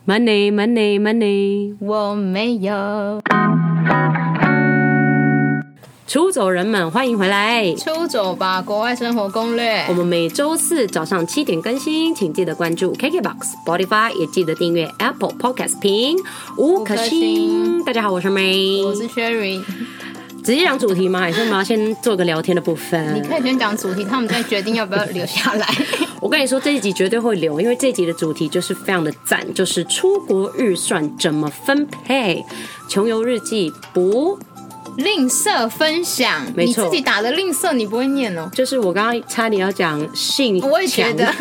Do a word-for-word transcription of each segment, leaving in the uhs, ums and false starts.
Money Money Money， 我没有。 出走人们，欢迎回来！ 出走吧，国外生活攻略。 我们每周四早上七点更新，请记得关注 K K B O X、Spotify， 也记得订阅 Apple Podcast， 评五颗星。大家好，我是 May， 我是 Sherry。 直接讲主题吗？还是我们要先做个聊天的部分？ 你可以先讲主题，他们再决定要不要留下来。 我跟你说，这一集绝对会留，因为这一集的主题就是非常的赞，就是出国预算怎么分配，穷游日记不吝啬分享。 没错， 你自己打的吝啬你不会念哦。 就是我刚刚差点要讲性强， 我也觉得。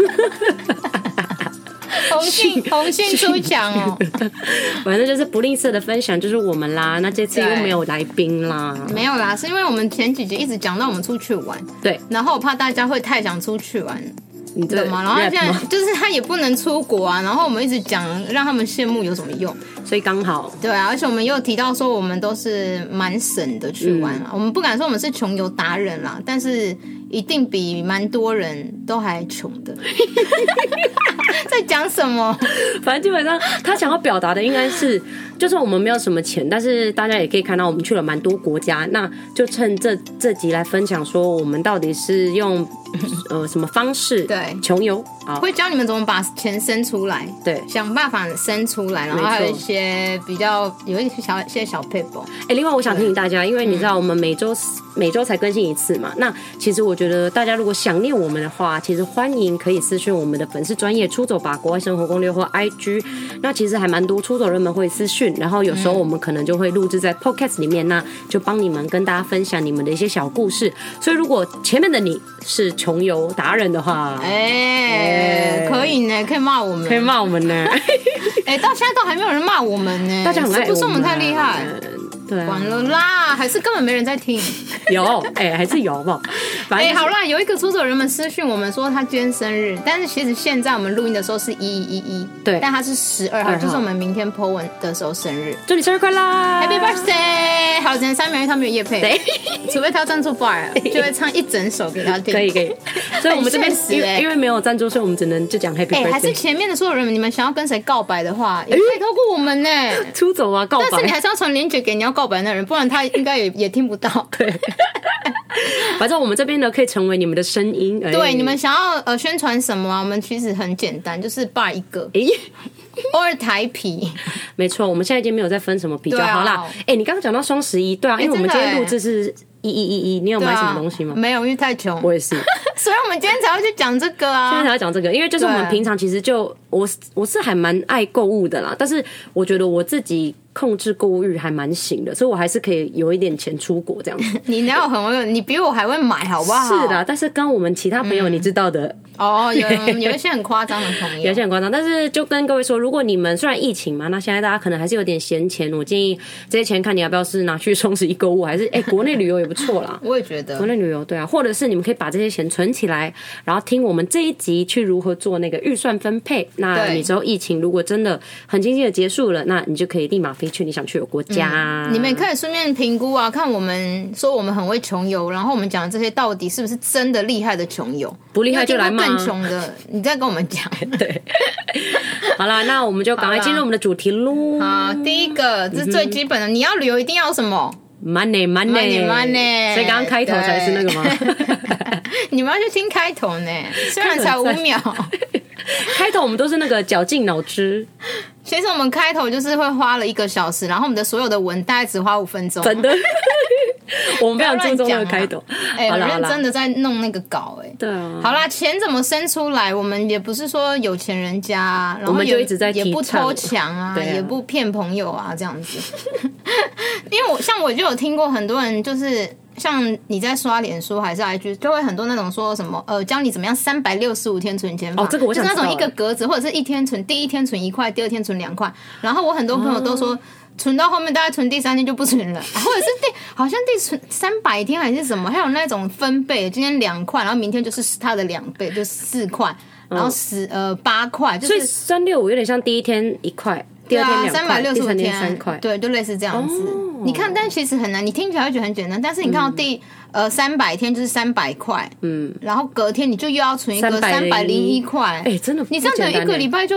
红杏红杏出墙哦， 反正就是不吝啬的分享，就是我们啦。那这次又没有来宾啦， 没有啦，是因为我们前几集一直讲到我们出去玩， 对， 然后我怕大家会太想出去玩， 你知道吗？然后现在就是他也不能出国啊，然后我们一直讲让他们羡慕有什么用？ 所以刚好对啊，而且我们又提到说我们都是蛮省的去玩啊、嗯，我们不敢说我们是穷游达人啦，但是一定比蛮多人都还穷的。在讲什么？ 反正基本上他想要表达的应该是，就算我们没有什么钱，但是大家也可以看到我们去了蛮多国家，那就趁这这集来分享说我们到底是用呃什么方式对穷游啊， 会教你们怎么把钱生出来， 对， 想办法生出来，然后还有一些比较有一些小一些小 paper。 哎，另外我想提醒大家，因为你知道我们每周、嗯、每周才更新一次嘛，那其实我觉得大家如果想念我们的话，其实欢迎可以私讯我们的粉丝专页出走吧国外生活攻略或 I G， 那其实还蛮多出走人们会私讯，然后有时候我们可能就会录制在 Podcast 里面，那就帮你们跟大家分享你们的一些小故事。所以如果前面的你是穷游达人的话， 哎、欸，可以呢，可以骂我们， 可以骂我们呢。 哎、欸，到现在都还没有人骂我们呢， 大家很爱我们， 是不是我们太厉害？ 对、啊， 完了啦，还是根本没人在听。 有，哎、欸，还是有，好不好？ 哎、欸，好啦，有一个出走人们私讯我们说他今天生日，但是其实现在我们录音的时候是一一一一， 对， 但他是十二号，就是我们明天 po 文的时候生日， 祝你生日快乐 ，Happy Birthday！ 好，今天三秒，因为他没有业配，对，除非他赞助 bar， 就会唱一整首给他听。 可以可以，所以我们这边因为因为没有赞助，所以我们只能就讲 Happy Birthday。 哎，还是前面的所有人们，你们想要跟谁告白的话，也可以透过我们呢， 出走啊，告白。 但是你还是要传链接给你要告白的人，不然他应该也也听不到。 对，反正我们这边呢可以成为你们的声音。 对，欸、你们想要呃宣传什么啊？我们其实很简单，就是 bar 一个，哎、欸，偶尔台啤。 没错，我们现在已经没有再分什么啤酒、啊、好啦。哎、欸，你刚刚讲到双十一，对啊，因为我们今天录制是一一一一，你有买什么东西吗？ 啊、没有，因为太穷。 我也是， 所以我们今天才要去讲这个啊。 今天才要讲这个，因为就是我们平常其实就我我是还蛮爱购物的啦，但是我觉得我自己控制购物欲还蛮行的，所以我还是可以有一点钱出国这样子。 你哪有很会？你比我还会买，好不好？ 是的，但是跟我们其他朋友你知道的。嗯哦，有有一些很夸张的朋友， 有一些很夸张，但是就跟各位说，如果你们虽然疫情嘛，那现在大家可能还是有点闲钱，我建议这些钱看你要不要是拿去双十一购物，还是哎、欸、国内旅游也不错啦。 我也觉得国内旅游对啊，或者是你们可以把这些钱存起来，然后听我们这一集去如何做那个预算分配。那你之后疫情如果真的很经济的结束了，那你就可以立马飞去你想去的国家。 嗯、你们也可以顺便评估啊，看我们说我们很会穷游，然后我们讲的这些到底是不是真的厉害的穷游？ 不厉害就来骂。 更穷的。你再跟我们讲， 对，好啦，那我们就赶快进入我们的主题喽。 好，第一个这是最基本的，嗯、你要旅游一定要什么 ？Money money money money。 所以刚刚开头才是那个吗？ 你们要去听开头呢，虽然才五秒。 开头我们都是那个绞尽脑汁。 其实我们开头就是会花了一个小时，然后我们的所有的文大概只花五分钟。 真的。我们非常注重那个开头， 哎、欸，很认真的在弄那个稿、欸，哎， 对啊。 好啦，钱怎么生出来？我们也不是说有钱人家，然后我们就一直在也不偷抢啊，啊也不骗朋友啊，这样子。因为我像我就有听过很多人，就是像你在刷脸书还是 I G， 就会很多那种说什么呃，教你怎么样三百六十五天存钱法。 哦，这个我想知道。 就是那种一个格子，或者是一天存，第一天存一块，第二天存两块。然后我很多朋友都说。哦，存到后面大概存第三天就不存了，或者是第好像第存三百天还是什么，还有那种分倍，今天两块，然后明天就是它的两倍，就四块，然后十呃八块，就是所以三六五有点像第一天一块，第二天两块， 三百六十五天三块， 对，就类似这样子。哦、你看，但其实很难，你听起来会觉得很简单，但是你看到第、嗯、呃三百天就是三百块，嗯，然后隔天你就又要存一个三百零一块， 哎，真的， 你这样等一个礼拜就。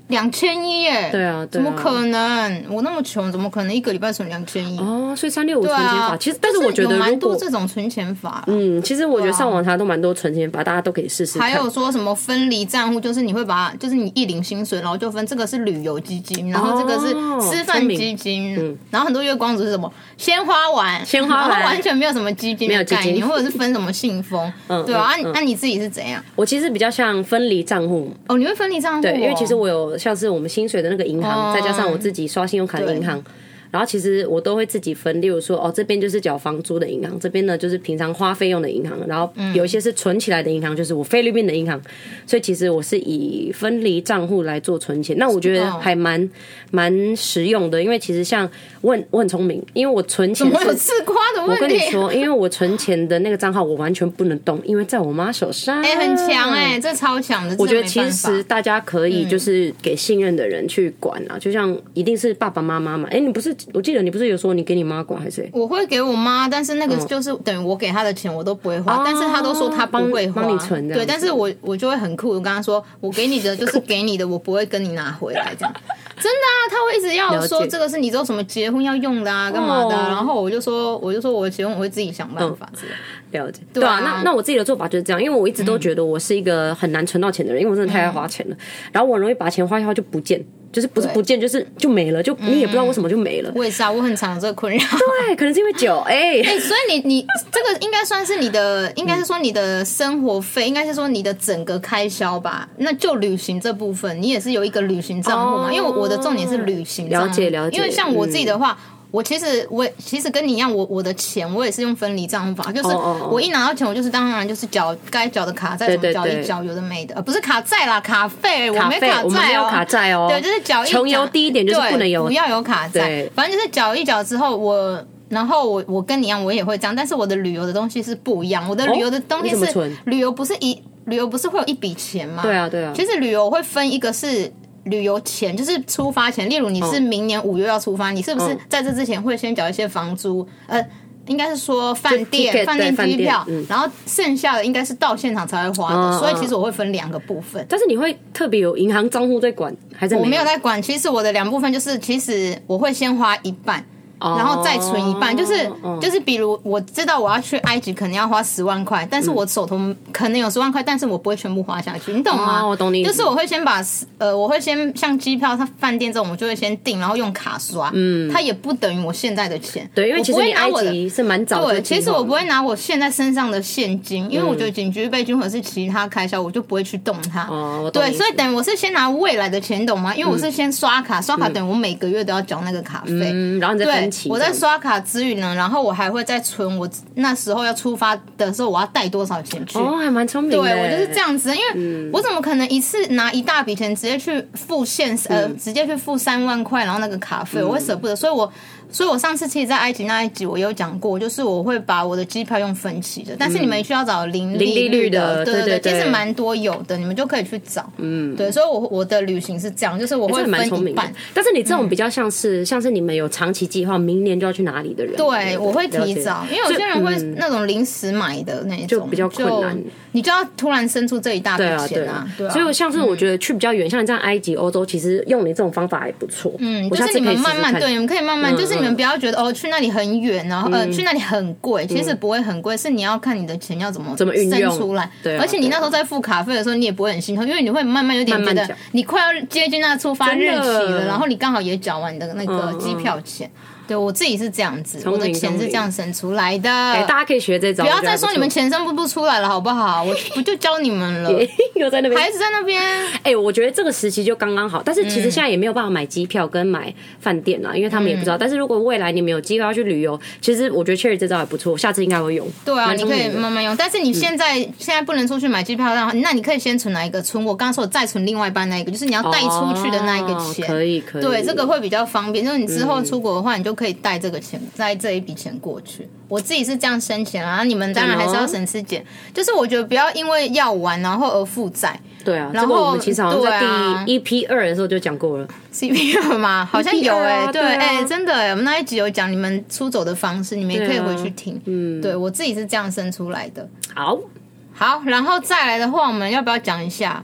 两千一耶！ 对啊， 怎么可能？我那么穷，怎么可能一个礼拜存两千一？ 哦，所以三六五存钱法， 啊、 其实但是我觉得有蛮多这种存钱法。 嗯，其实我觉得上网查都蛮多存钱法，大家都可以试试看。 还有说什么分离账户，就是你会把，就是你一领薪水，然后就分这个是旅游基金，然后这个是吃饭基金，哦嗯、然后很多月光族是什么先花完， 先花完， 完全没有什么基金的概念，或者是分什么信封，嗯、对啊，那、嗯啊、你自己是怎样？ 我其实比较像分离账户。 哦，你会分离账户、哦？ 对，因为其实我有像是我们薪水的那个银行，哦、再加上我自己刷信用卡的银行。然后其实我都会自己分，例如说哦，这边就是缴房租的银行，这边呢就是平常花费用的银行，然后有一些是存起来的银行，就是我菲律宾的银行，所以其实我是以分离账户来做存钱。那我觉得还蛮蛮实用的，因为其实像我很我很聪明，因为我存钱怎么有自夸的问题？ 我跟你说，因为我存钱的那个账号我完全不能动，因为在我妈手上。 哎、欸，很强哎、欸，这超强的。 我觉得其实大家可以就是给信任的人去管啊，嗯、就像一定是爸爸妈妈嘛。哎、欸，你不是？我记得你不是有说你给你妈管还是？ 我会给我妈，但是那个就是等于我给她的钱我都不会花，哦、但是她都说她不会花， 帮你存的。 对，但是我我就会很酷，我跟她说，我给你的就是给你的，我不会跟你拿回来这样。真的啊，他会一直要说这个是你之后什么结婚要用的啊，干嘛的、啊？哦、然后我就说，我就说我结婚我会自己想办法之类的。 嗯、了解，对啊，那那我自己的做法就是这样，因为我一直都觉得我是一个很难存到钱的人，因为我真的太爱花钱了，嗯、然后我很容易把钱花一花就不见。就是不是不见，就是就没了，就你也不知道为什么就没了。 我也是啊，我很常有这个困扰。 对，可能是因为酒，哎、欸、 哎、欸，所以你你这个应该算是你的，应该是说你的生活费，应该是说你的整个开销吧？那就旅行这部分，你也是有一个旅行账户嘛？哦、因为我的重点是旅行账户， 了解了解。 因为像我自己的话。嗯我其实我其实跟你一样，我我的钱我也是用分离账户法，就是我一拿到钱，我就是当然就是缴该缴的卡债，什么缴一缴，有的没的，呃，不是卡债啦，卡费，我没卡债哦， 我们没有卡债哦， 对，就是缴一缴， 穷游低一点就是不能有， 不要有卡债，反正就是缴一缴之后我。然后我我跟你一样，我也会这样，但是我的旅游的东西是不一样。我的旅游的东西是、哦、旅游不是一旅游不是会有一笔钱吗？ 对啊对啊。 其实旅游会分一个是旅游钱，就是出发前，例如你是明年五月要出发，哦、你是不是在这之前会先缴一些房租？呃，应该是说饭店、饭店机票，嗯、然后剩下的应该是到现场才会花的。哦、所以其实我会分两个部分。 但是你会特别有银行账户在管，还是我没有在管？其实我的两部分就是，其实我会先花一半。然后再存一半， oh, 就是就是比如我知道我要去埃及，可能要花十万块，但是我手头可能有十万块，但是我不会全部花下去，你懂吗？ oh, 我懂你。 就是我会先把呃，我会先像机票、饭店这种，我就会先订，然后用卡刷。嗯，它也不等于我现在的钱。 对，因为其实你埃及是蛮早的。 对，其实我不会拿我现在身上的现金，因为我觉得紧急备金或者是其他开销，我就不会去动它。 哦，我懂。 对，所以等于我是先拿未来的钱，懂吗？因为我是先刷卡，刷卡等于我每个月都要缴那个卡费， 嗯，然后你再分期。 我在刷卡。卡之余呢，然后我还会再存我那时候要出发的时候我要带多少钱去。 哦，还蛮聪明的。 对，我就是这样子，因为我怎么可能一次拿一大笔钱直接去付现呃，嗯、直接去付三万块，然后那个卡费，我会舍不得，所以我。所以我上次其实在埃及那一集我有讲过，就是我会把我的机票用分期的，但是你们需要找零利率的，对对对，其实蛮多有的，你们就可以去找。嗯，对，所以我我的旅行是这样，就是我会分一半。 但是你这种比较像是、嗯、像是你们有长期计划，明年就要去哪里的人， 对，我会提早，因为有些人会那种临时买的那种， 就比较困难， 你就要突然生出这一大笔钱啊。 对啊，对啊，所以像是我觉得去比较远，像你这样埃及、欧洲，其实用你这种方法还不错。 嗯，就是你们慢慢对，你们可以慢慢，就是你们不要觉得哦。去那里很远，然后呃，嗯、去那里很贵，其实不会很贵，是你要看你的钱要怎么怎么运用出来。 对、啊， 而且你那时候在付卡费的时候，你也不会很心痛，因为你会慢慢有点觉得你快要接近那出发日期了，然后你刚好也缴完你的那个机票钱。嗯嗯对，我自己是这样子，我的钱是这样生出来的。 哎、欸，大家可以学这招， 不要再说你们钱生不不出来了，好不好？我不就教你们了？ 又在那边， 孩子在那边。 哎、欸，我觉得这个时期就刚刚好，但是其实现在也没有办法买机票跟买饭店啦，因为他们也不知道。嗯、但是如果未来你们有机会要去旅游，其实我觉得 Cherry 这招还不错，下次应该会用。 对啊，你可以慢慢用。但是你现在、嗯、现在不能出去买机票，那你可以先存哪一个？存我刚刚说的再存另外一半那一个，就是你要带出去的那一个钱。 哦、可以可以。 对，这个会比较方便，就是你之后出国的话，你就可以带这个钱。在这一笔钱过去，我自己是这样生钱啊。你们当然还是要省吃俭，就是我觉得不要因为要玩然后而负债。 对啊，然后、这个、我们其实好像在第一 P 二的时候就讲过了 ，C P 二吗？好像有哎、欸啊，对哎、啊欸，真的哎、欸，我们那一集有讲你们出走的方式，你们也可以回去听。嗯，对我自己是这样生出来的。 好， 好，然后再来的话，我们要不要讲一下？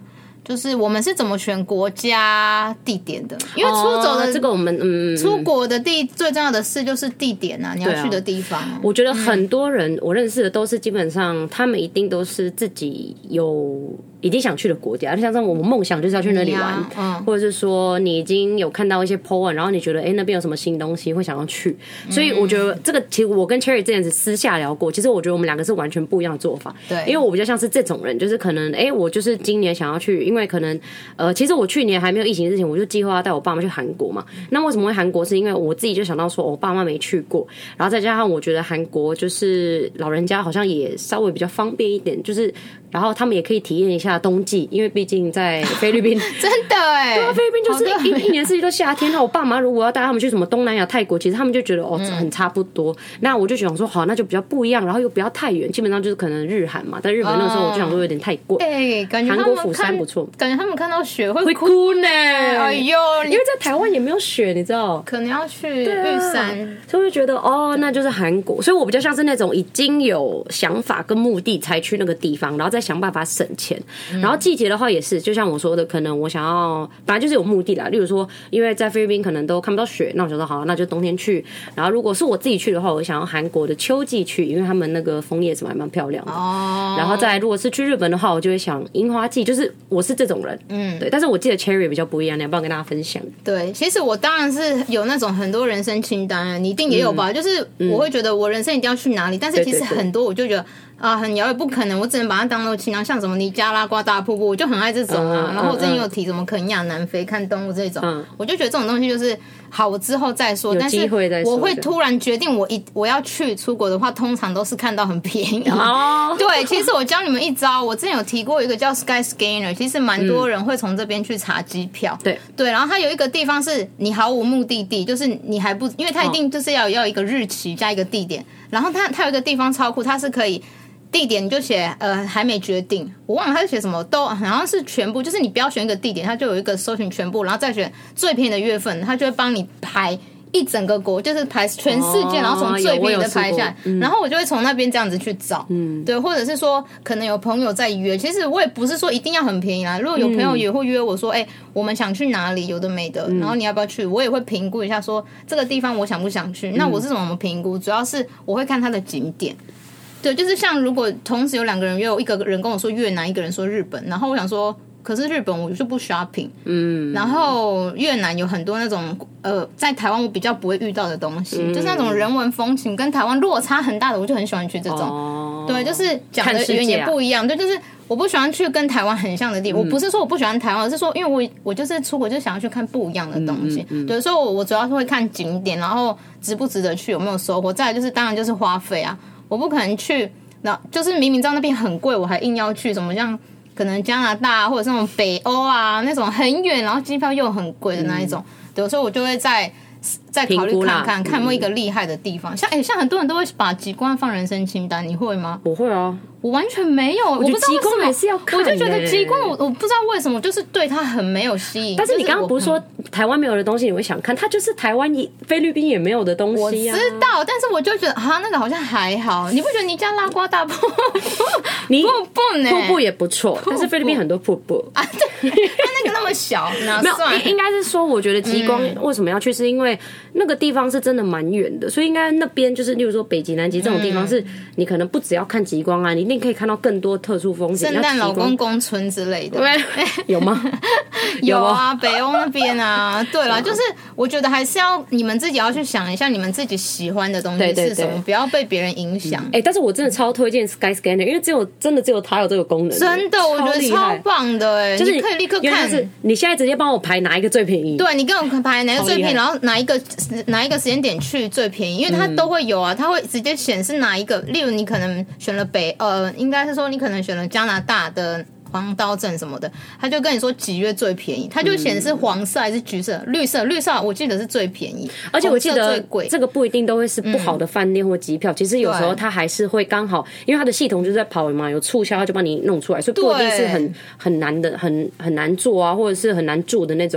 就是我们是怎么选国家地点的？因为出走的、 哦、这个我们嗯， 出国的第最重要的事就是地点啊，你要去的地方。啊、 我觉得很多人、嗯、我认识的都是基本上他们一定都是自己有已经想去的国家，就像是我们梦想就是要去那里玩，啊嗯、或者是说你已经有看到一些 po 文，然后你觉得哎、欸、那边有什么新东西会想要去，所以我觉得这个其实我跟 Cherry 这样子私下聊过，其实我觉得我们两个是完全不一样的做法。 对， 因为我比较像是这种人，就是可能哎、欸、我就是今年想要去，因为可能呃其实我去年还没有疫情之前，我就计划要带我爸妈去韩国嘛。那为什么会韩国？是因为我自己就想到说我爸妈没去过，然后再加上我觉得韩国就是老人家好像也稍微比较方便一点，就是然后他们也可以体验一下冬季，因为毕竟在菲律宾真的哎、欸， 对啊，菲律宾就是一一年四季都夏天。那我爸妈如果要带他们去什么东南亚、泰国，其实他们就觉得哦很差不多。嗯、那我就想说好，那就比较不一样，然后又不要太远，基本上就是可能日韩嘛。但日本那个时候我就想说有点太贵， 哎、欸，感觉韩国釜山不错， 感觉他们看到雪会会哭呢。 哎呦， 因为在台湾也没有雪，你知道， 可能要去玉山， 啊、所以我就觉得哦，那就是韩国。所以我比较像是那种已经有想法跟目的才去那个地方，然后再想办法省钱。嗯、然后季节的话也是，就像我说的，可能我想要本来就是有目的啦。例如说，因为在菲律宾可能都看不到雪，那我想说好，那就冬天去。然后如果是我自己去的话，我想要韩国的秋季去，因为他们那个枫叶什么还蛮漂亮的。哦。然后再来如果是去日本的话，我就会想樱花季，就是我是这种人，嗯，对。但是我记得 Cherry 比较不一样，你要不要跟大家分享？ 对，其实我当然是有那种很多人生清单，你一定也有吧？嗯、就是我会觉得我人生一定要去哪里，嗯、但是其实很多我就觉得。啊，很遥远，不可能，我只能把它当做清单，像什么尼加拉瓜大瀑布，我就很爱这种啊。嗯、然后我之前有提什么肯亚、南非看动物这种，嗯、我就觉得这种东西就是好，我之后再说。但是我会突然决定我一我要去出国的话，通常都是看到很便宜。哦，对，其实我教你们一招，我之前有提过一个叫 Skyscanner， 其实蛮多人会从这边去查机票。对、嗯、对，然后它有一个地方是你毫无目的地，就是你还不，因为它一定就是要要一个日期加一个地点，然后它它有一个地方超酷，它是可以。地点你就写呃还没决定，我忘了他是写什么，都好像是全部，就是你不要选一个地点，它就有一个搜寻全部，然后再选最便宜的月份，它就会帮你排一整个国，就是排全世界，哦、然后从最便宜的排下来，嗯、然后我就会从那边这样子去找，嗯，对，或者是说可能有朋友在约，其实我也不是说一定要很便宜啦，如果有朋友也会约我说，哎、嗯欸，我们想去哪里，有的没的，然后你要不要去，我也会评估一下说这个地方我想不想去，那我是怎么评估？主要是我会看它的景点。对，就是像如果同时有两个人约我，一个人跟我说越南，一个人说日本，然后我想说，可是日本我就不 shopping， 嗯，然后越南有很多那种呃，在台湾我比较不会遇到的东西，嗯、就是那种人文风情跟台湾落差很大的，我就很喜欢去这种。哦、对，就是讲的语言也不一样，对，就是我不喜欢去跟台湾很像的地方。嗯、我不是说我不喜欢台湾，而是说因为我我就是出国就想要去看不一样的东西。嗯嗯嗯、对，所以我我主要是会看景点，然后值不值得去，有没有收获。再来就是当然就是花费啊。我不可能去，那就是明明知道那边很贵，我还硬要去什么像可能加拿大或者是那种北欧啊那种很远，然后机票又很贵的那一种，嗯、对，所以我就会在再考虑看看看有没有一个厉害的地方。像哎、欸，像很多人都会把极光放人生清单，你会吗？ 我会啊。 我完全没有，我觉得极光还是要看、欸， 我就觉得极光我，我不知道为什么，就是对它很没有吸引。 但是你刚刚不是说台湾没有的东西你会想看，它就是台湾菲律宾也没有的东西啊。 我知道，但是我就觉得啊，那个好像还好。你不觉得尼加拉瓜大瀑布？ 你瀑布呢？ 瀑布也不错，但是菲律宾很多瀑布啊，对，它那个那么小， 没有，应该是说，我觉得极光为什么要去，是因为那个地方是真的蛮远的，所以应该那边就是，例如说北极、南极这种地方，是你可能不只要看极光啊，你一定可以看到更多特殊风景， 圣诞老公公村之类的， 有吗？ 有啊，北欧那边啊。对啦，就是我觉得还是要你们自己要去想一下，你们自己喜欢的东西是什么，对对对，不要被别人影响。 哎、嗯欸，但是我真的超推荐 Skyscanner， 因为只有真的只有它有这个功能， 真的我觉得超棒的哎、欸，就是你可以立刻看， 是你现在直接帮我排哪一个最便宜， 对你跟我排哪个最便宜，然后哪一个哪一个时间点去最便宜，因为它都会有啊，它会直接显示哪一个，例如你可能选了北呃，应该是说你可能选了加拿大的黄刀镇什么的，他就跟你说几月最便宜，他就显示黄色还是橘色、绿色，绿色我记得是最便宜， 而且我记得这个不一定都会是不好的饭店或机票、嗯，其实有时候它还是会刚好，因为它的系统就是在跑嘛，有促销它就帮你弄出来，所以不一定是很很难的、很很难做啊，或者是很难住的那种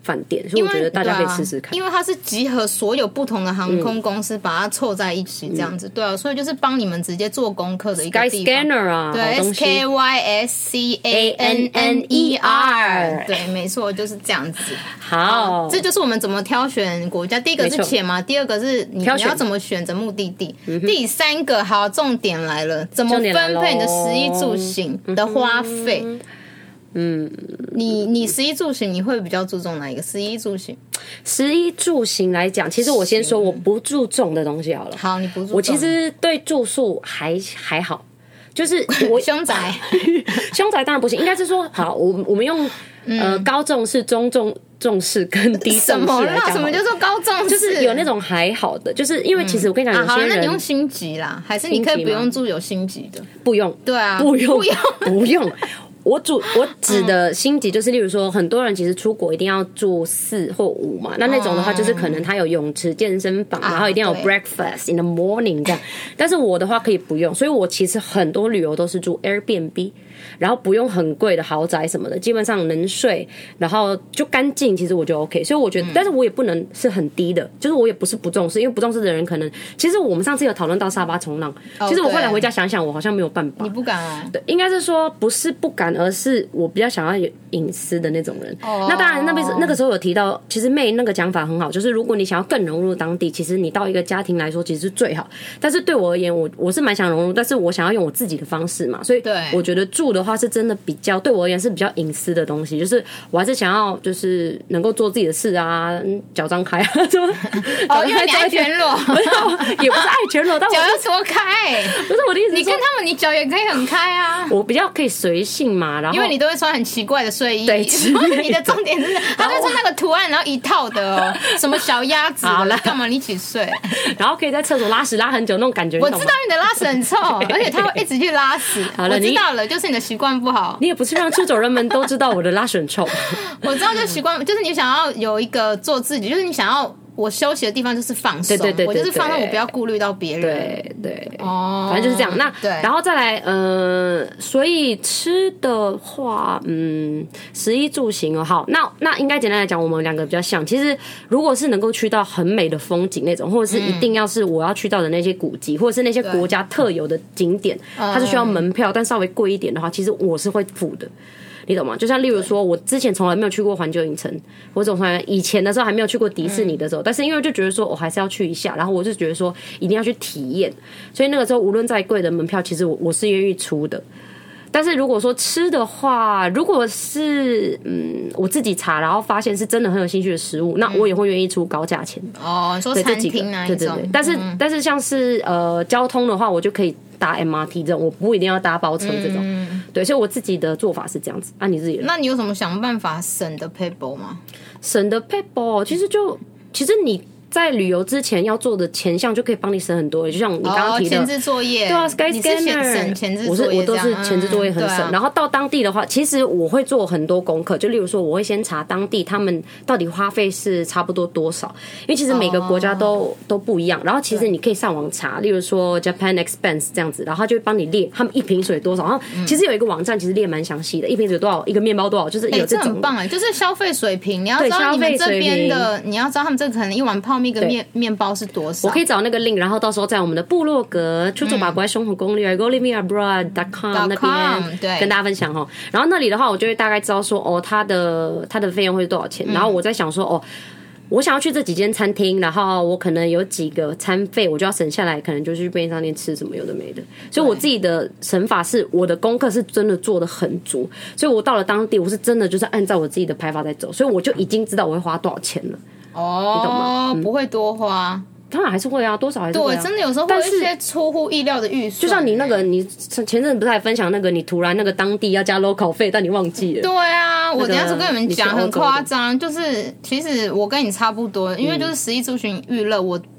饭店，所以我觉得大家可以试试看、 啊。因为它是集合所有不同的航空公司，把它凑在一起这样子，嗯、对啊，所以就是帮你们直接做功课的一个地方。 Skyscanner 啊， 对 ，S K Y S C A N N E R， 对，没错，就是这样子。 好， 这就是我们怎么挑选国家。第一个是钱嘛，第二个是你你要怎么选择目的地，嗯、第三个好，重点来了，怎么分配你的食衣住行的花费？嗯，你你食衣住行你会比较注重哪一个？食衣住行， 食衣住行来讲，其实我先说我不注重的东西好了。 好，你不注重。 我其实对住宿还还好，就是我凶宅， 凶宅当然不行，应该是说好，我我们用、嗯、呃高重视、中重重视跟低重视什么啦？什么叫做高重视？ 就是有那种还好的，就是因为其实我跟你讲，有些人、 嗯啊、好，那你用星级啦，还是你可以不用住有星级的？ 不用， 对啊， 不用， 不用， 不用。我主我指的星级就是，例如说，很多人其实出国一定要住四或五嘛，那那种的话就是可能他有泳池、健身房，然后一定要有 breakfast in the morning 这样。但是我的话可以不用，所以我其实很多旅游都是住 Airbnb。然后不用很贵的豪宅什么的，基本上能睡，然后就干净，其实我就 OK。所以我觉得，但是我也不能是很低的，就是我也不是不重视，因为不重视的人可能，其实我们上次有讨论到沙巴冲浪，其实我后来回家想想，我好像没有办法。 你不敢啊？ 对，应该是说不是不敢，而是我比较想要有隐私的那种人。哦、那当然，那边那个时候有提到，其实妹那个讲法很好，就是如果你想要更融入当地，其实你到一个家庭来说，其实是最好。但是对我而言，我我是蛮想融入，但是我想要用我自己的方式嘛，所以我觉得住的话是真的比较对我而言是比较隐私的东西，就是我还是想要就是能够做自己的事啊，脚张开啊，什么哦，因为你爱全裸， 也不是爱全裸，但我脚要多开， 不是我的意思。 你跟他们，你脚也可以很开啊。 我比较可以随性嘛，然后因为你都会穿很奇怪的睡衣， 对， 你的重点是他会穿那个图案，然后一套的哦，什么小鸭子，好了，干嘛你一起睡？ 然后可以在厕所拉屎拉很久那种感觉。 我知道你的拉屎很臭，而且他会一直去拉屎。好了，我知道了，就是你的习惯不好。 你也不是让出走人们都知道我的拉屎很臭。 我知道，就习惯，就是你想要有一个做自己，就是你想要我休息的地方就是放松， 对对对， 我就是放松，我不要顾虑到别人。 对对， 哦， 反正就是这样。那对， 然后再来，呃，所以吃的话，嗯，食衣住行哦，好，那那应该简单来讲，我们两个比较像。其实如果是能够去到很美的风景那种，或者是一定要是我要去到的那些古迹，或者是那些国家特有的景点，它是需要门票，但稍微贵一点的话，其实我是会付的。你懂吗？就像例如说，我之前从来没有去过环球影城，我总从来以前的时候还没有去过迪士尼的时候，嗯、但是因为就觉得说我还是要去一下，然后我就觉得说一定要去体验，所以那个时候无论再贵的门票，其实我我是愿意出的。但是如果说吃的话，如果是嗯我自己查，然后发现是真的很有兴趣的食物，那我也会愿意出高价钱。 哦，说餐厅啊， 对对对。但是、嗯、但是像是呃交通的话，我就可以搭 M R T 这种，我不一定要搭包车这种。嗯、对，所以我自己的做法是这样子。啊，你自己的？ 那你有什么想办法省的 paper 吗？ 省的 paper 其实就其实你。在旅游之前要做的前项就可以帮你省很多，就像你刚刚提的、 哦、前置作业， 对啊 ，Skyscanner， 省前置作业，我是我都是前置作业很省、嗯啊。然后到当地的话，其实我会做很多功课，就例如说，我会先查当地他们到底花费是差不多多少，因为其实每个国家都、哦、都不一样。然后其实你可以上网查，例如说 Japan Expense 这样子，然后他就会帮你列他们一瓶水多少。然后其实有一个网站其实列蛮详细的，一瓶水多少，一个面包多少，就是有这种、欸、 这很棒哎，就是消费水平，你要知道你们这边的，你要知道他们这可能一碗泡面跟面面包。是多少？ 我可以找那个 link， 然后到时候在我们的部落格出走吧国外生活攻略 go live me abroad dot com 那边对跟大家分享哦。然后那里的话，我就会大概知道说哦，它的它的费用会是多少钱。然后我在想说哦，我想要去这几间餐厅，然后我可能有几个餐费，我就要省下来，可能就去便利商店吃什么有的没的。所以我自己的省法是，我的功课是真的做得很足，所以我到了当地，我是真的就是按照我自己的排法在走，所以我就已经知道我会花多少钱了。 哦， 你懂吗？ 嗯、不会多花。 当然还是会啊，多少还是会、啊。 对，真的有时候会有一些出乎意料的预算。 就像你那个，你前阵子不是还分享那个，你突然那个当地要加 local 费，但你忘记了。 对啊，我等一下是跟你们讲，很夸张。就是其实我跟你差不多，因为就是食衣住行娱乐，我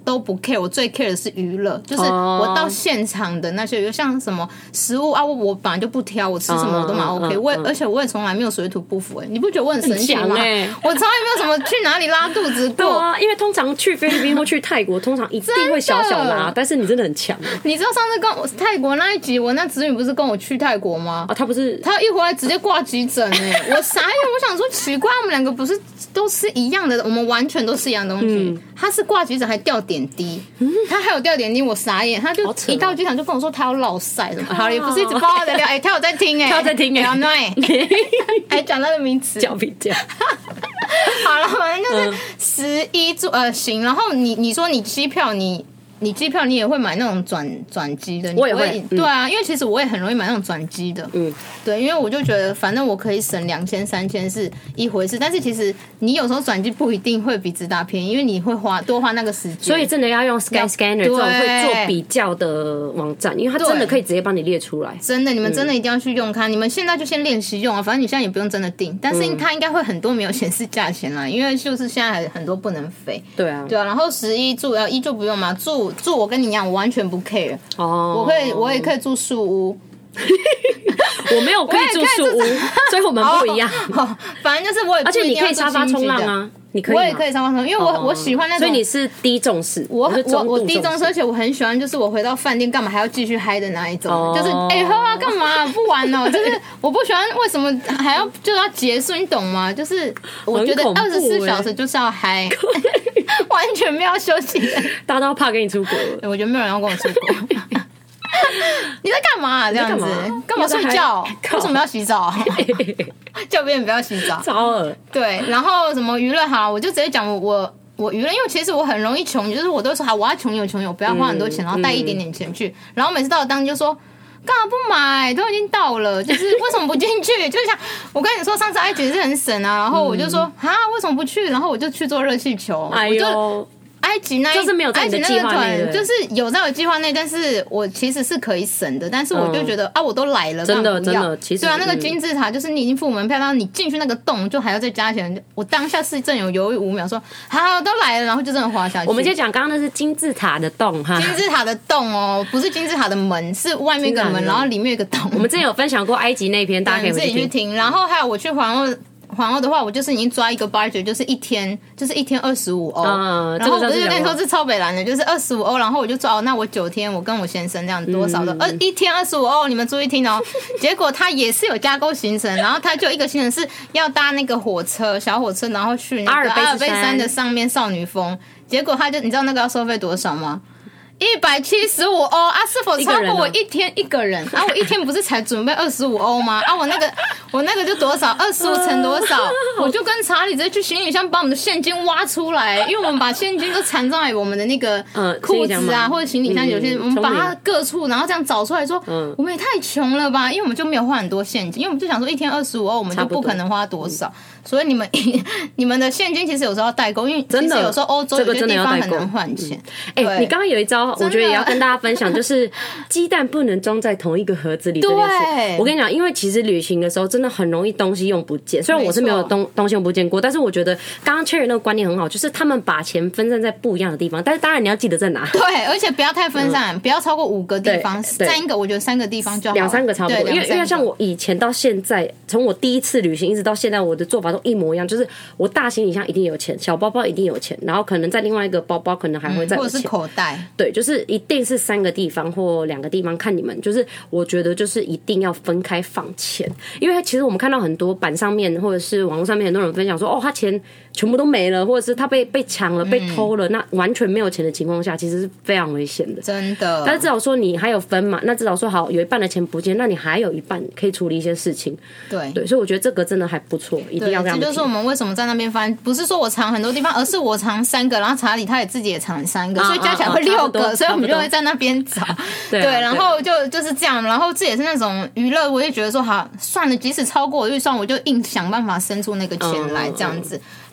都不 care， 我最 care 的是娱乐，就是我到现场的那些，像什么食物啊，我我本来就不挑，我吃什么我都蛮 OK， 我也而且我也从来没有水土不服、欸，你不觉得我很神奇吗？ 欸、 我从来没有什么去哪里拉肚子过。 对啊，因为通常去菲律宾或去泰国，通常一定会小小拉，但是你真的很强、欸。 你知道上次跟我泰国那一集，我那子女不是跟我去泰国吗？ 啊，他不是他一回来直接挂急诊哎、欸，我傻眼，我想说奇怪，我们两个不是都吃一样的，我们完全都吃一样的东西。嗯、他是挂急诊还掉点滴，嗯、他还有掉点滴，我傻眼，他就一到机场就跟我说他要落晒什么，好，也不是一直包他的料，哎、欸，他有在听哎、欸， 他有在听哎、 欸，哎，讲他的名词， 叫比较。 好了，反正就是十一住呃行，然后你你说你机票你。你机票你也会买那种转转机的， 我也会， 对啊，因为其实我也很容易买那种转机的，嗯，对，因为我就觉得反正我可以省两千三千是一回事，但是其实你有时候转机不一定会比直达便宜，因为你会花多花那个时间， 所以真的要用 Skyscanner 这种会做比较的网站，因为它真的可以直接帮你列出来。 真的，你们真的一定要去用它，嗯、你们现在就先练习用啊，反正你现在也不用真的订，但是它应该会很多没有显示价钱啦，因为就是现在很多不能飞， 对啊， 对啊，然后十一住要一就不用嘛，住住我跟你一样。我完全不 care， 哦，我可以，我也可以住树屋， 我没有可以住树屋，所以我们不一样。 哦、反正就是我也不一定要住，而且你可以沙发冲浪啊，你可以， 我也可以沙发冲浪，因为我、哦、我喜欢那种， 所以你是低重视， 我我我低重视，而且我很喜欢，就是我回到饭店干嘛还要继续嗨的那一种，哦、就是哎、欸、喝啊干嘛不玩哦，就是我不喜欢为什么还要就要结束，你懂吗？就是我觉得二十四小时就是要嗨。完全没有休息， 大家都怕跟你出国了。 我觉得没有人要跟我出国。你在干嘛、啊？这样子干嘛睡觉？为什么要洗澡？叫别人不要洗澡， 超恶。 对，然后什么娱乐好，我就直接讲我我娱乐，因为其实我很容易穷，就是我都说好，我要穷游穷游，不要花很多钱，然后带一点点钱去，然后每次到了当地就说。干嘛不买？都已经到了，就是为什么不进去？就是像我跟你说，上次埃及是很省啊，然后我就说啊，为什么不去？然后我就去做热气球， 哎呦。我就埃及那就是没有在你的计划内， 就是有在我计划内，但是我其实是可以省的，但是我就觉得、嗯、啊，我都来了， 真的真的，其实对啊，那个金字塔就是你已经付门票，然后你进去那个洞就还要再加钱，我当下是正有犹豫五秒说，好，都来了，然后就真的花下去。 我们就讲刚刚那是金字塔的洞哈， 金字塔的洞哦，不是金字塔的门，是外面一个门，然后里面有一个洞。 我们之前有分享过埃及那篇，大家可以自己去听。然后还有我去环欧。环欧的话，我就是已经抓一个 budget， 就是一天，就是一天二十五欧。嗯，然后我就跟你说是超北蓝的，就是二十五欧。然后我就说哦，那我九天，我跟我先生这样多少的？二、嗯、一天二十五欧，你们注意听哦。结果他也是有加购行程，然后他就一个行程是要搭那个火车，小火车，然后去那个阿尔卑斯山的上面少女峰。结果他就你知道那个要收费多少吗？一百七十五欧啊！是否超过我一天一个人？啊，我一天不是才准备二十五欧吗？啊，我那个我那个就多少？二十五乘多少？我就跟查理直接去行李箱把我们的现金挖出来，因为我们把现金都藏在我们的那个裤子啊、嗯、或者行李箱，有些、嗯、我们把它各处，然后这样找出来说，嗯、我们也太穷了吧？因为我们就没有花很多现金，因为我们就想说一天二十五欧，我们就不可能花多少。所以你们你们的现金其实有时候要代购，因为其实有时候欧洲有些地方很难换钱。哎、欸， 你刚刚有一招，我觉得也要跟大家分享，就是鸡蛋不能装在同一个盒子里这件事。我跟你讲，因为其实旅行的时候真的很容易东西用不见。虽然我是没有东东西用不见过，但是我觉得刚刚 Cherry 那个观念很好，就是他们把钱分散在不一样的地方，但是当然你要记得在哪。 对，而且不要太分散，嗯、不要超过五个地方，三个我觉得三个地方就好， 两三个差不多。因为因为像我以前到现在，从我第一次旅行一直到现在，我的做法都一模一样，就是我大行李箱一定有钱，小包包一定有钱，然后可能在另外一个包包可能还会再有钱， 嗯、或者是口袋。 对，就是一定是三个地方或两个地方，看你们。就是我觉得就是一定要分开放钱，因为其实我们看到很多版上面或者是网络上面很多人分享说，哦，他钱全部都没了，或者是他被被抢了、被偷了，嗯、那完全没有钱的情况下，其实是非常危险的， 真的。 但是至少说你还有分嘛，那至少说好有一半的钱不见，那你还有一半可以处理一些事情。 对对，所以我觉得这个真的还不错，一定要这样。 这就是我们为什么在那边翻，不是说我藏很多地方，而是我藏三个，然后查理他也自己也藏三个，啊、所以加起来会六个，啊、所以我们就会在那边找。对、啊，然后就就是这样，然后这也是那种娱乐，我也觉得说好算了，即使超过我预算，我就硬想办法生出那个钱来，这样子。然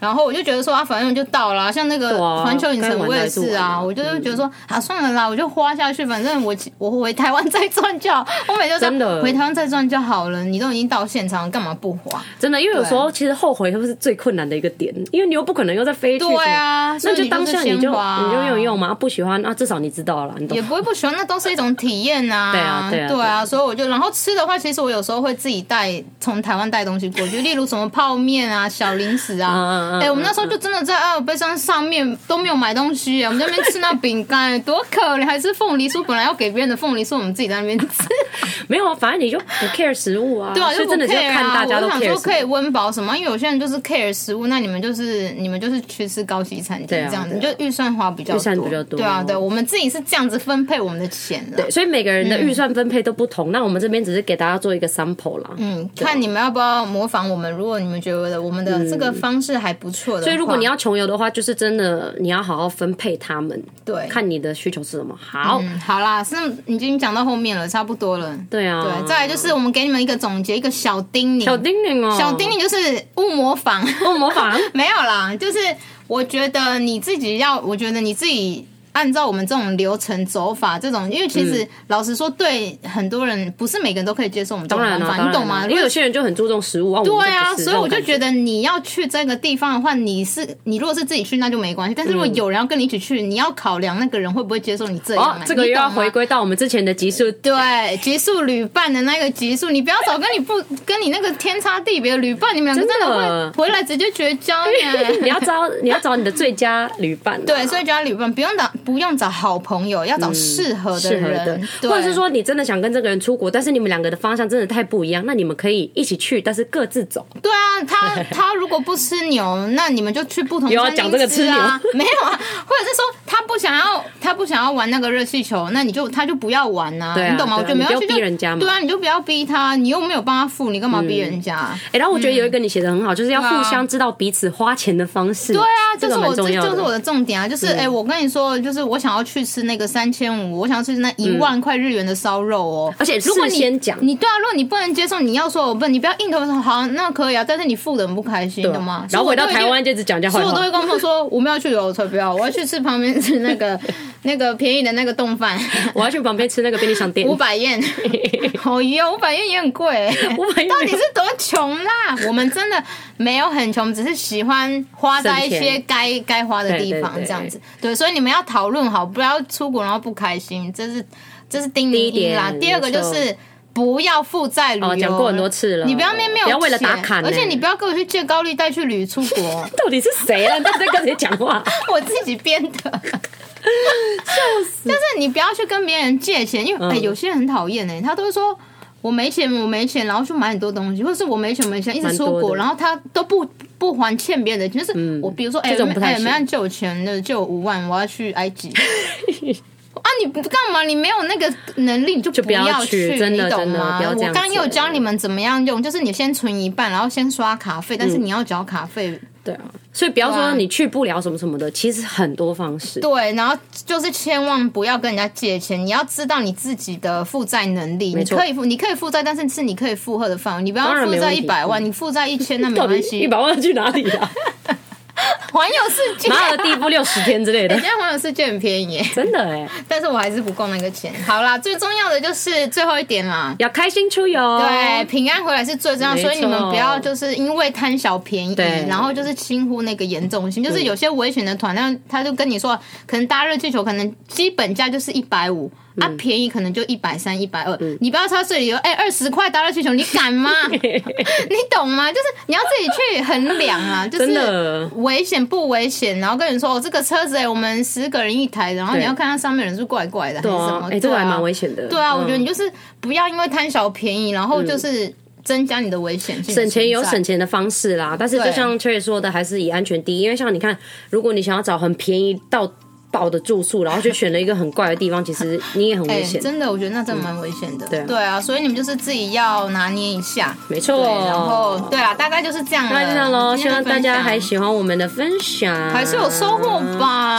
然后我就觉得说啊，反正就到了，像那个环球影城我也是啊，我就觉得说啊，算了啦，我就花下去，反正我我回台湾再赚就好。我每次真的回台湾再赚就好了，你都已经到现场，干嘛不花？ 真的，因为有时候其实后悔会是最困难的一个点，因为你又不可能又再飞去。 对啊， 那就当下你就你就用用嘛，不喜欢啊，至少你知道了，你懂也不会不喜欢，那都是一种体验啊。 对啊，对啊， 对啊，所以我就然后吃的话，其实我有时候会自己带从台湾带东西过去，例如什么泡面啊、小零食啊。哎、欸，我们那时候就真的在阿尔卑斯山上面都没有买东西，我们在那边吃那饼干，多可怜！还吃凤梨酥，本来要给别人的凤梨酥，我们自己在那边吃。 没有啊，反正你就不 care 食物啊。 对啊，就不 care 啊。 我想说可以温饱什么，因为有些人就是 care 食物，那你们就是你们就是去吃高级餐厅这样子，你就预算花比较多。 预算比较多。 对啊，对，我们自己是这样子分配我们的钱的。 对，所以每个人的预算分配都不同。嗯、那我们这边只是给大家做一个 sample 啦。 嗯，看你们要不要模仿我们。如果你们觉得我们的这个方式还不错的话、嗯， 所以如果你要穷游的话，就是真的你要好好分配他们。 对， 看你的需求是什么。好， 嗯、好啦，是已经讲到后面了，差不多了。 对啊， 对，再来就是我们给你们一个总结，一个小叮咛。 小叮咛哦， 小叮咛就是勿模仿， 勿模仿。 没有啦，就是我觉得你自己要，我觉得你自己。按照我们这种流程走法，这种因为其实、嗯、老实说，对很多人不是每个人都可以接受我们这种方法，你懂吗？ 因为有些人就很注重食物啊。 对啊，所以我就觉得你要去这个地方的话，你是你如果是自己去那就没关系，但是如果有人要跟你一起去，你要考量那个人会不会接受你这样、啊哦。这个又要回归到我们之前的集数， 对集数旅伴的那个集数，你不要找跟你不跟你那个天差地别的旅伴，你们两个真的会回来直接绝交耶。 你要找你要找你的最佳旅伴、啊， 对，最佳旅伴不用找不用找好朋友，要找适合的人、 嗯，或者是说你真的想跟这个人出国，但是你们两个的方向真的太不一样，那你们可以一起去，但是各自走。 对啊，他他如果不吃牛，那你们就去不同餐厅吃啊。 有要讲这个吃牛？ 没有啊，或者是说他不想要他不想要玩那个热气球，那你就他就不要玩啊， 对啊， 你懂吗？我觉得没有逼人家嘛。 对啊，你就不要逼他，你又没有帮他付，你干嘛逼人家？ 哎、嗯欸，然后我觉得有一个你写的很好、嗯，就是要互相知道彼此花钱的方式。 对啊， 这是我这就是我的重点啊，就是哎、嗯欸，我跟你说，就是我想要去吃那个三千五，我想要吃那一万块日元的烧肉哦。 而且如果你先讲， 你对啊，如果你不能接受，你要说我不，你不要硬头说好，那可以啊，但是你付的很不开心，懂吗？ 然后回到台湾就只讲讲坏话， 所以我都会跟他们说，我们要去游，我才不要，我要去吃旁边吃那个那个便宜的那个冻饭， 我要去旁边吃那个便利商店， 五百yen，好哟，五百yen也很贵，五百yen到底是多穷啦？我们真的没有很穷，只是喜欢花在一些该该花的地方，这样子。对，所以你们要讨论好，不要出国然后不开心，这是这是叮咛一啦。第二个就是不要负债旅游， 讲、哦、过很多次了。 你不要面没有钱， 不要为了打卡， 而且你不要跟我去借高利贷去旅出国。 到底是谁啊？你在跟谁讲话？ 我自己编的。笑死！但是你不要去跟别人借钱，因为、嗯欸、有些人很讨厌哎，他都会说我没钱，我没钱，然后去买很多东西，或者是我没钱，我没钱，一直出国，然后他都不不还欠别人的钱。就是我，比如说，哎、欸，哎，没人借我钱的，借我五万，我要去埃及。啊，你不干嘛？你没有那个能力，你就不要去， 真的你懂吗？我刚刚有教你们怎么样用，就是你先存一半，然后先刷卡费，但是你要缴卡费、嗯。 对啊，所以不要说你去不了什么什么的，其实很多方式。 对，然后就是千万不要跟人家借钱，你要知道你自己的负债能力，你可以负，你可以负债，但是是你可以负荷的范围，你不要负债一百万，你负债一千那没关系。 一百万去哪里啊？ 环游世界， 马尔地夫六十天之类的。 现在环游世界很便宜耶， 真的哎， 但是我还是不够那个钱。好啦，最重要的就是最后一点啦， 要开心出游， 对，平安回来是最重要，所以你们不要就是因为贪小便宜，然后就是轻忽那个严重性。就是有些危险的团，那他就跟你说，可能搭热气球，可能基本价就是一百五。啊，便宜可能就一百三、一百二，你不要超市里有哎二十块搭热气球，你敢吗？你懂吗？就是你要自己去衡量啊，就是危险不危险，然后跟人说哦，这个车子哎、欸，我们十个人一台，然后你要看它上面人是怪怪的还是什么？ 哎、欸，这个还蛮危险的。 对啊，我觉得你就是不要因为贪小便宜，然后就是增加你的危险性。 省钱有省钱的方式啦，但是就像 Cherry 说的，还是以安全第一。因为像你看，如果你想要找很便宜到爆的住宿，然后就选了一个很怪的地方，其实你也很危险、欸。 真的，我觉得那真的蛮危险的、嗯。对啊， 对啊，所以你们就是自己要拿捏一下。 没错。 然后，对啊，大概就是这样了。 大概就这样喽。希望大家还喜欢我们的分享， 还是有收获吧。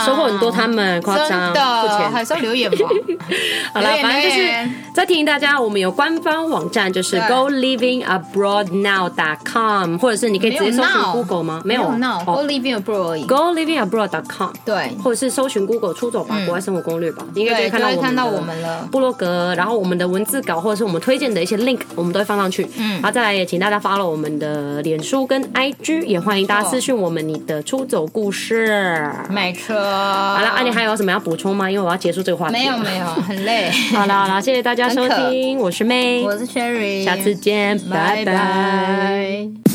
收获很多，他们夸张， 真付钱的还是要留言吧。 好啦，反正就是再提醒大家，我们有官方网站，就是 go living abroad now dot com， 或者是你可以直接搜寻 Google 吗？没有 ，no，go living abroad 而已 ，go living abroad dot com， 对， 或者是搜寻 Google 出走吧国外生活攻略吧，应该就会看到我们的部落格，然后我们的文字稿或者是我们推荐的一些 link， 我们都会放上去。嗯，然后再来也请大家 follow 我们的脸书跟 I G， 也欢迎大家私讯我们你的出走故事。 没错。 好了，啊，你还有什么要补充吗？因为我要结束这个话题。 没有没有，很累。 好了好了，谢谢大家收听，我是 May， 我是 Sherry， 下次见，拜拜。